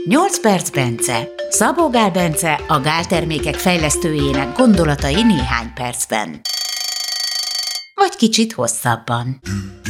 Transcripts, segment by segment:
8 perc Bence. Szabó Gál Bence, a gáltermékek fejlesztőjének gondolatai néhány percben. Vagy kicsit hosszabban.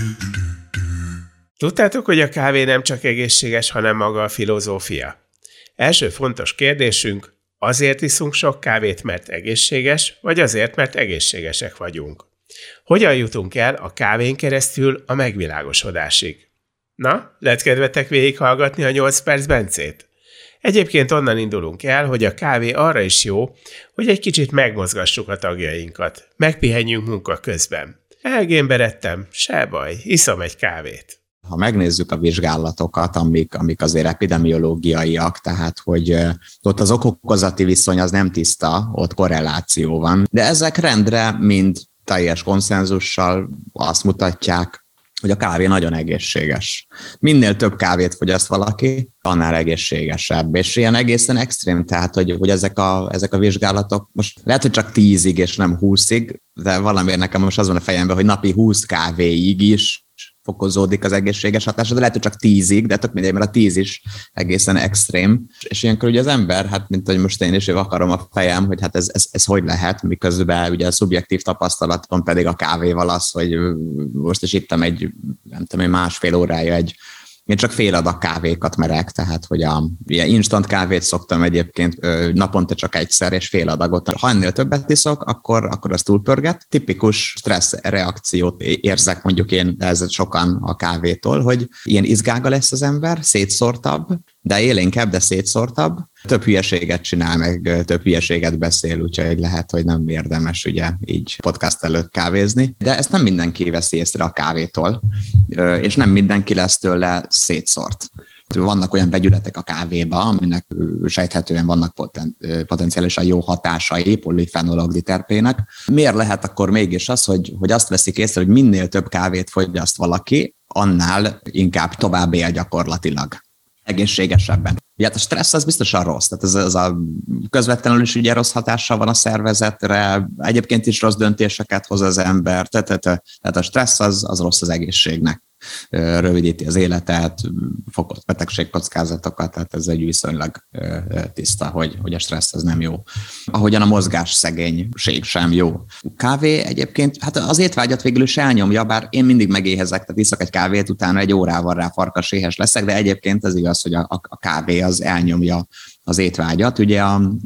Tudtátok, hogy a kávé nem csak egészséges, hanem maga a filozófia? Első fontos kérdésünk, azért iszunk sok kávét, mert egészséges, vagy azért, mert egészségesek vagyunk? Hogyan jutunk el a kávén keresztül a megvilágosodásig? Na, lett kedvetek végighallgatni a 8 perc Bencét? Egyébként onnan indulunk el, hogy a kávé arra is jó, hogy egy kicsit megmozgassuk a tagjainkat, megpihenjünk munka közben. Elgémberedtem, se baj, iszom egy kávét. Ha megnézzük a vizsgálatokat, amik azért epidemiológiaiak, tehát hogy ott az okokozati viszony az nem tiszta, ott korreláció van, de ezek rendre mind teljes konszenzussal azt mutatják, hogy a kávé nagyon egészséges. Minél több kávét fogyaszt valaki, annál egészségesebb. És ilyen egészen extrém, tehát hogy ezek a vizsgálatok, most lehet, hogy csak 10-ig és nem 20-ig, de valamiért nekem most az van a fejemben, hogy napi 20 kávéig is fokozódik az egészséges hatása, de lehet, hogy csak 10-ig, de tök mindegy, mert a 10 is egészen extrém. És ilyenkor ugye az ember, hát mint hogy most én is akarom a fejem, hogy hát ez hogy lehet, miközben ugye a szubjektív tapasztalatom pedig a kávéval az, hogy most is ittam egy másfél órája én csak fél adag kávékat merek, tehát hogy ilyen instant kávét szoktam egyébként naponta csak egyszer, és fél adagot. Ha ennél többet iszok, akkor az túlpörget. Tipikus stressz reakciót érzek mondjuk én ez sokan a kávétól, hogy ilyen izgága lesz az ember, szétszórtabb, de élénkebb, de szétszórtabb. Több hülyeséget csinál, meg több hülyeséget beszél, úgyhogy lehet, hogy nem érdemes ugye így podcast előtt kávézni. De ezt nem mindenki veszi észre a kávétól, és nem mindenki lesz tőle szétszórt. Vannak olyan vegyületek a kávéba, aminek sejthetően vannak potenciálisan jó hatásai, polifenolok, diterpének. Miért lehet akkor mégis az, hogy azt veszik észre, hogy minél több kávét fogyaszt valaki, annál inkább tovább él gyakorlatilag egészségesebben. Ugye hát a stressz az biztosan rossz, tehát ez a közvetlenül is ugye rossz hatással van a szervezetre, egyébként is rossz döntéseket hoz az ember, tehát a stressz az rossz az egészségnek. Rövidíti az életet, fokoz betegségkockázatokat, tehát ez egy viszonylag tiszta, hogy a stressz az nem jó. Ahogyan a mozgásszegénység sem jó. Kávé egyébként, hát az étvágyat végül is elnyomja, bár én mindig megéhezek, tehát iszok egy kávét, utána egy órával rá farkaséhes leszek, de egyébként az igaz, hogy a kávé az elnyomja az étvágyat. Ugye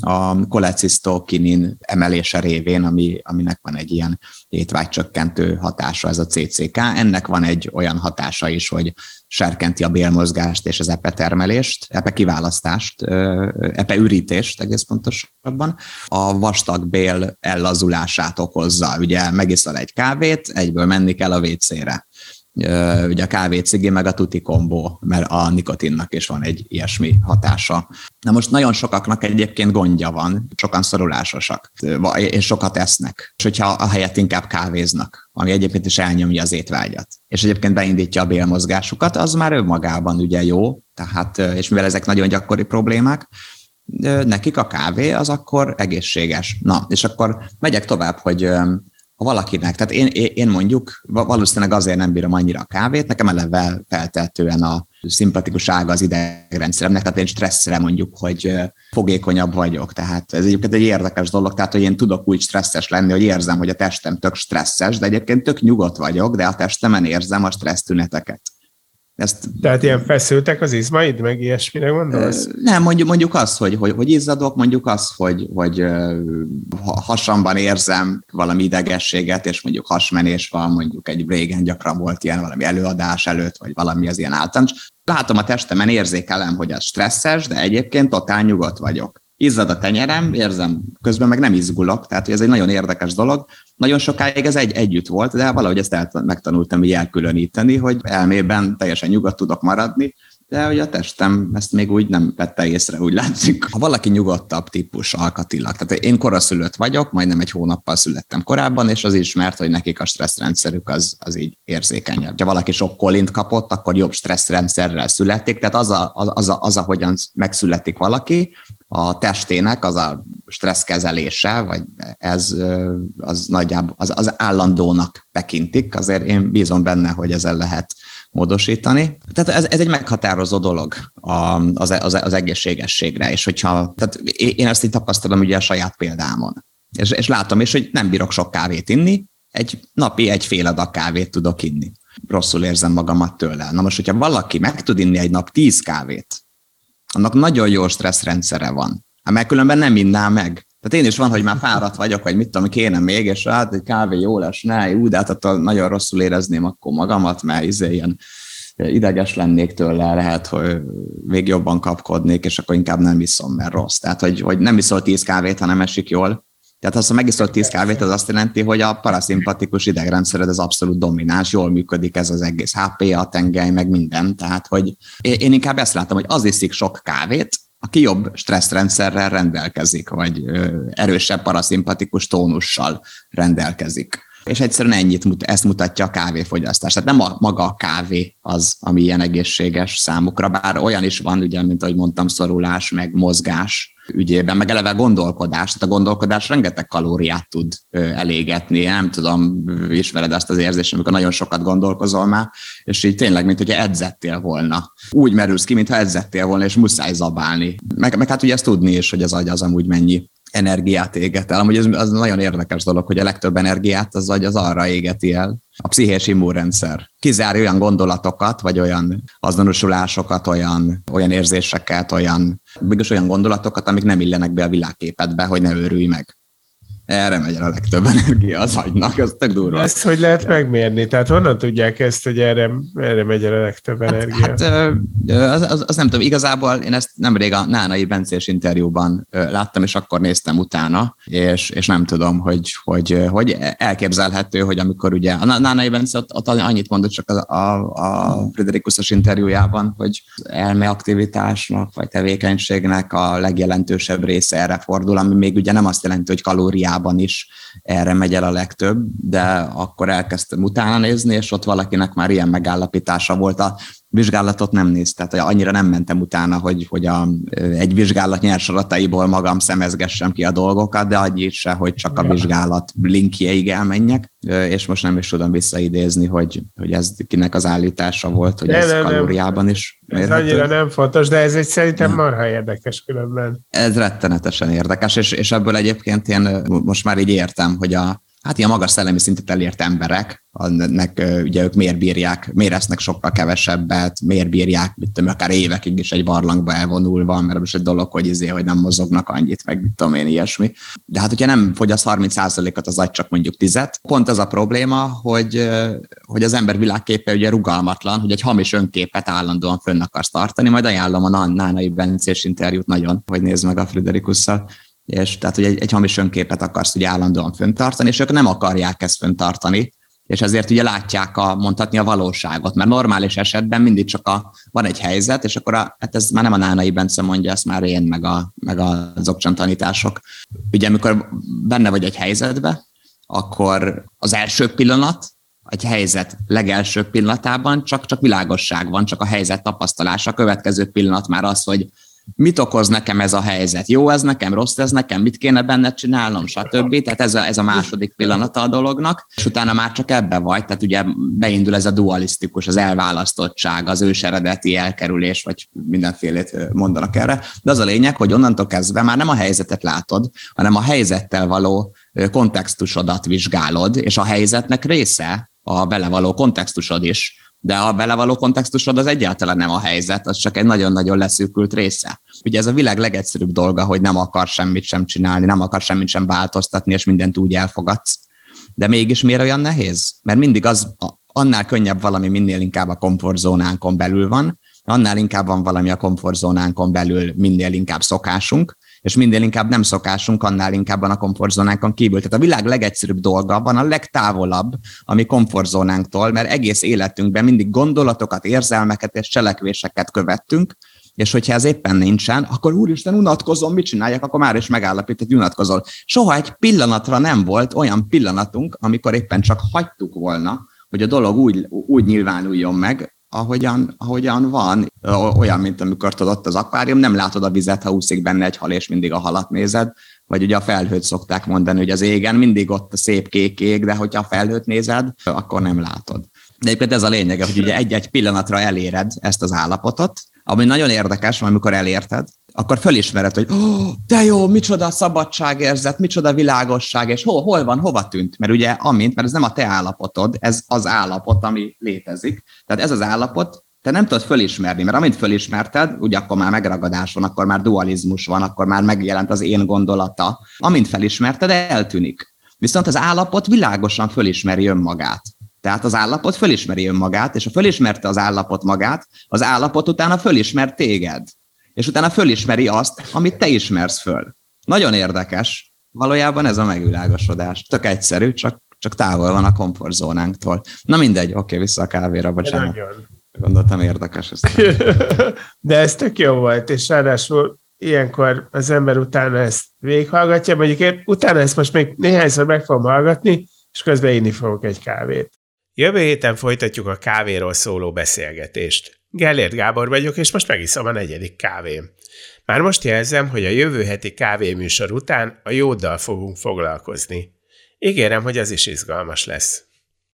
a kolecisztokinin emelése révén, aminek van egy ilyen étvágycsökkentő hatása, ez a CCK, ennek van egy olyan hatása is, hogy serkenti a bélmozgást és az epetermelést, epekiválasztást, epeürítést egész pontosabban. A vastag bél ellazulását okozza. Ugye megiszol egy kávét, egyből menni kell a WC-re. Ugye a kávé, cigi, meg a tuti kombó, mert a nikotinnak is van egy ilyesmi hatása. Na most nagyon sokaknak egyébként gondja van, sokan szorulásosak, és sokat esznek, és hogyha ahelyett inkább kávéznak, ami egyébként is elnyomja az étvágyat, és egyébként beindítja a bélmozgásukat, az már önmagában ugye jó, tehát, és mivel ezek nagyon gyakori problémák, nekik a kávé az akkor egészséges. Na, és akkor megyek tovább, hogy ha valakinek, tehát én mondjuk valószínűleg azért nem bírom annyira a kávét, nekem eleve feltehetően a szimpatikus ága az idegrendszeremnek, tehát én stresszre mondjuk, hogy fogékonyabb vagyok, tehát ez egyébként egy érdekes dolog, tehát hogy én tudok úgy stresszes lenni, hogy érzem, hogy a testem tök stresszes, de egyébként tök nyugodt vagyok, de a testemen érzem a stressz tüneteket. Tehát ilyen feszültek az izmaid, meg ilyesmire gondolsz? Nem, mondjuk azt, hogy izzadok, mondjuk azt, hogy hasamban érzem valami idegességet, és mondjuk hasmenés van, mondjuk egy régen gyakran volt ilyen valami előadás előtt, vagy valami az ilyen általános. Látom a testemen, érzékelem, hogy az stresszes, de egyébként totál nyugodt vagyok. Izzad a tenyerem, érzem, közben meg nem izgulok, tehát ez egy nagyon érdekes dolog. Nagyon sokáig ez együtt volt, de valahogy ezt megtanultam így elkülöníteni, hogy elmében teljesen nyugodt tudok maradni, de hogy a testem ezt még úgy nem vette észre, úgy látszik. Ha valaki nyugodtabb típus alkatilag, tehát én koraszülött vagyok, majdnem egy hónappal születtem korábban, és az ismert, hogy nekik a stresszrendszerük az így érzékenyebb. Ha valaki sok kolint kapott, akkor jobb stresszrendszerrel születik, tehát az ahogyan megszületik valaki, a testének az a stresszkezelése, vagy ez az nagyjából az állandónak tekintik, azért én bízom benne, hogy ezzel lehet módosítani. Tehát ez egy meghatározó dolog az egészségességre, és tehát én ezt így tapasztalom ugye a saját példámon. És látom is, hogy nem bírok sok kávét inni, egy napi 1 fél adag kávét tudok inni. Rosszul érzem magamat tőle. Na most, hogyha valaki meg tud inni egy nap 10 kávét, annak nagyon jó stresszrendszere van. Mert különben nem inná meg. Tehát én is van, hogy már fáradt vagyok, vagy mit tudom, kéne még, és hát egy kávé jó lesne, de hát attól nagyon rosszul érezném akkor magamat, mert ilyen ideges lennék tőle, lehet, hogy még jobban kapkodnék, és akkor inkább nem iszom, mert rossz. Tehát, hogy nem iszol 10 kávét, ha nem esik jól. Tehát ha megiszol 10 kávét, az azt jelenti, hogy a paraszimpatikus idegrendszered az abszolút domináns, jól működik ez az egész HPA tengely, meg minden. Tehát, hogy én inkább ezt látom, hogy az iszik sok kávét, aki jobb stresszrendszerrel rendelkezik, vagy erősebb paraszimpatikus tónussal rendelkezik. És egyszerűen ezt mutatja a kávéfogyasztás. Tehát nem maga a kávé az, ami ilyen egészséges számukra, bár olyan is van, ugye, mint ahogy mondtam, szorulás, meg mozgás ügyében, meg eleve gondolkodás. Tehát a gondolkodás rengeteg kalóriát tud elégetni. Nem tudom, ismered ezt az érzést, amikor nagyon sokat gondolkozol már, és így tényleg, mint hogyha edzettél volna. Úgy merülsz ki, mintha edzettél volna, és muszáj zabálni. Meg hát ugye ezt tudni is, hogy az agy az amúgy mennyi energiát éget el. Amúgy az nagyon érdekes dolog, hogy a legtöbb energiát az agy az arra égeti el. A pszichés immunrendszer kizárja olyan gondolatokat, vagy olyan azonosulásokat, olyan érzéseket, mégis olyan gondolatokat, amik nem illenek be a világképedbe, hogy ne őrülj meg. Erre megy a legtöbb energia az agynak, ez tök durva. Ezt hogy lehet megmérni? Tehát honnan tudják ezt, hogy erre megy a legtöbb energia? Az nem tudom, igazából én ezt nemrég a Nánai Bencés interjúban láttam, és akkor néztem utána, és nem tudom, hogy elképzelhető, hogy amikor ugye a Nánai Bence ott annyit mondott csak a Friderikuszos interjújában, hogy elmeaktivitásnak vagy tevékenységnek a legjelentősebb része erre fordul, ami még ugye nem azt jelenti, hogy kalóriában is erre megy el a legtöbb, de akkor elkezdtem utána nézni, és ott valakinek már ilyen megállapítása volt. A vizsgálatot nem néztem, tehát annyira nem mentem utána, hogy egy vizsgálat nyersadataiból magam szemezgessem ki a dolgokat, de annyit se, hogy csak a vizsgálat linkjeig elmenjek, és most nem is tudom visszaidézni, hogy ez kinek az állítása volt, hogy ez kalóriában is mérhető. Ez annyira nem fontos, de ez egy szerintem marha érdekes különben. Ez rettenetesen érdekes, és ebből egyébként én most már így értem, hogy ilyen magas szellemi szintet elért emberek, ugye ők miért esznek sokkal kevesebbet, miért bírják, akár évekig is egy barlangba elvonulva, mert most egy dolog, hogy nem mozognak annyit, meg mit tudom én, ilyesmi. De hát, hogyha nem fogyasz 30%-ot, az agy csak mondjuk 10. Pont az a probléma, hogy az ember világképe ugye rugalmatlan, hogy egy hamis önképet állandóan fönn akarsz tartani, majd ajánlom a Nánai Bencés interjút nagyon, hogy nézd meg a Friderikusszal. És tehát, hogy egy hamis önképet akarsz ugye állandóan fenntartani, és ők nem akarják ezt fenntartani, és ezért ugye látják mondhatni a valóságot, mert normális esetben mindig csak van egy helyzet, és akkor hát ez már nem a Nánai Bence mondja, ezt már én, meg az okcsan tanítások. Ugye amikor benne vagy egy helyzetbe, akkor az első pillanat, egy helyzet legelső pillanatában csak világosság van, csak a helyzet tapasztalása, a következő pillanat már az, hogy mit okoz nekem ez a helyzet? Jó ez nekem, rossz ez nekem, mit kéne benne csinálnom, stb. Tehát ez a második pillanata a dolognak, és utána már csak ebbe vagy, tehát ugye beindul ez a dualisztikus, az elválasztottság, az őseredeti elkerülés, vagy mindenfélét mondanak erre. De az a lényeg, hogy onnantól kezdve már nem a helyzetet látod, hanem a helyzettel való kontextusodat vizsgálod, és a helyzetnek része a vele való kontextusod is. De a vele való kontextusod az egyáltalán nem a helyzet, az csak egy nagyon-nagyon leszűkült része. Ugye ez a világ legegyszerűbb dolga, hogy nem akar semmit sem csinálni, nem akar semmit sem változtatni, és mindent úgy elfogadsz. De mégis miért olyan nehéz? Mert mindig annál könnyebb valami, minél inkább a komfortzónánkon belül van, annál inkább van valami a komfortzónánkon belül, minél inkább szokásunk, és minél inkább nem szokásunk, annál inkább van a komfortzónánkon kívül. Tehát a világ legegyszerűbb dolga van a legtávolabb a mi komfortzónánktól, mert egész életünkben mindig gondolatokat, érzelmeket és cselekvéseket követtünk, és hogyha ez éppen nincsen, akkor úristen, unatkozom, mit csináljak, akkor már is megállapít, hogy unatkozol. Soha egy pillanatra nem volt olyan pillanatunk, amikor éppen csak hagytuk volna, hogy a dolog úgy nyilvánuljon meg, ahogyan van, olyan, mint amikor tudod ott az akvárium, nem látod a vizet, ha úszik benne egy hal, és mindig a halat nézed, vagy ugye a felhőt szokták mondani, hogy az égen mindig ott a szép kék ég, de hogyha a felhőt nézed, akkor nem látod. De egyébként ez a lényege, hogy ugye egy-egy pillanatra eléred ezt az állapotot, ami nagyon érdekes, amikor elérted, akkor fölismered, hogy de jó, micsoda szabadságérzet, micsoda világosság, és hol van, hova tűnt? Mert ugye mert ez nem a te állapotod, ez az állapot, ami létezik. Tehát ez az állapot, te nem tudod fölismerni, mert amint fölismerted, ugye akkor már megragadás van, akkor már dualizmus van, akkor már megjelent az én gondolata. Amint felismerted, eltűnik. Viszont az állapot világosan fölismeri önmagát. Tehát az állapot fölismeri önmagát, és ha fölismerte az állapot magát, az állapot utána fölismer téged. És utána fölismeri azt, amit te ismersz föl. Nagyon érdekes. Valójában ez a megvilágosodás. Tök egyszerű, csak távol van a komfortzónánktól. Na mindegy, oké, vissza a kávéra, bocsánat. Gondoltam érdekes. De ez tök jó volt, és ráadásul ilyenkor az ember utána ezt végighallgatja, mondjuk én utána ezt most még néhányszor meg fogom hallgatni, és közben inni fogok egy kávét. Jövő héten folytatjuk a kávéról szóló beszélgetést. Gellért Gábor vagyok, és most megiszom a 4. kávém. Már most jelzem, hogy a jövő heti kávéműsor után a jóddal fogunk foglalkozni. Ígérem, hogy az is izgalmas lesz.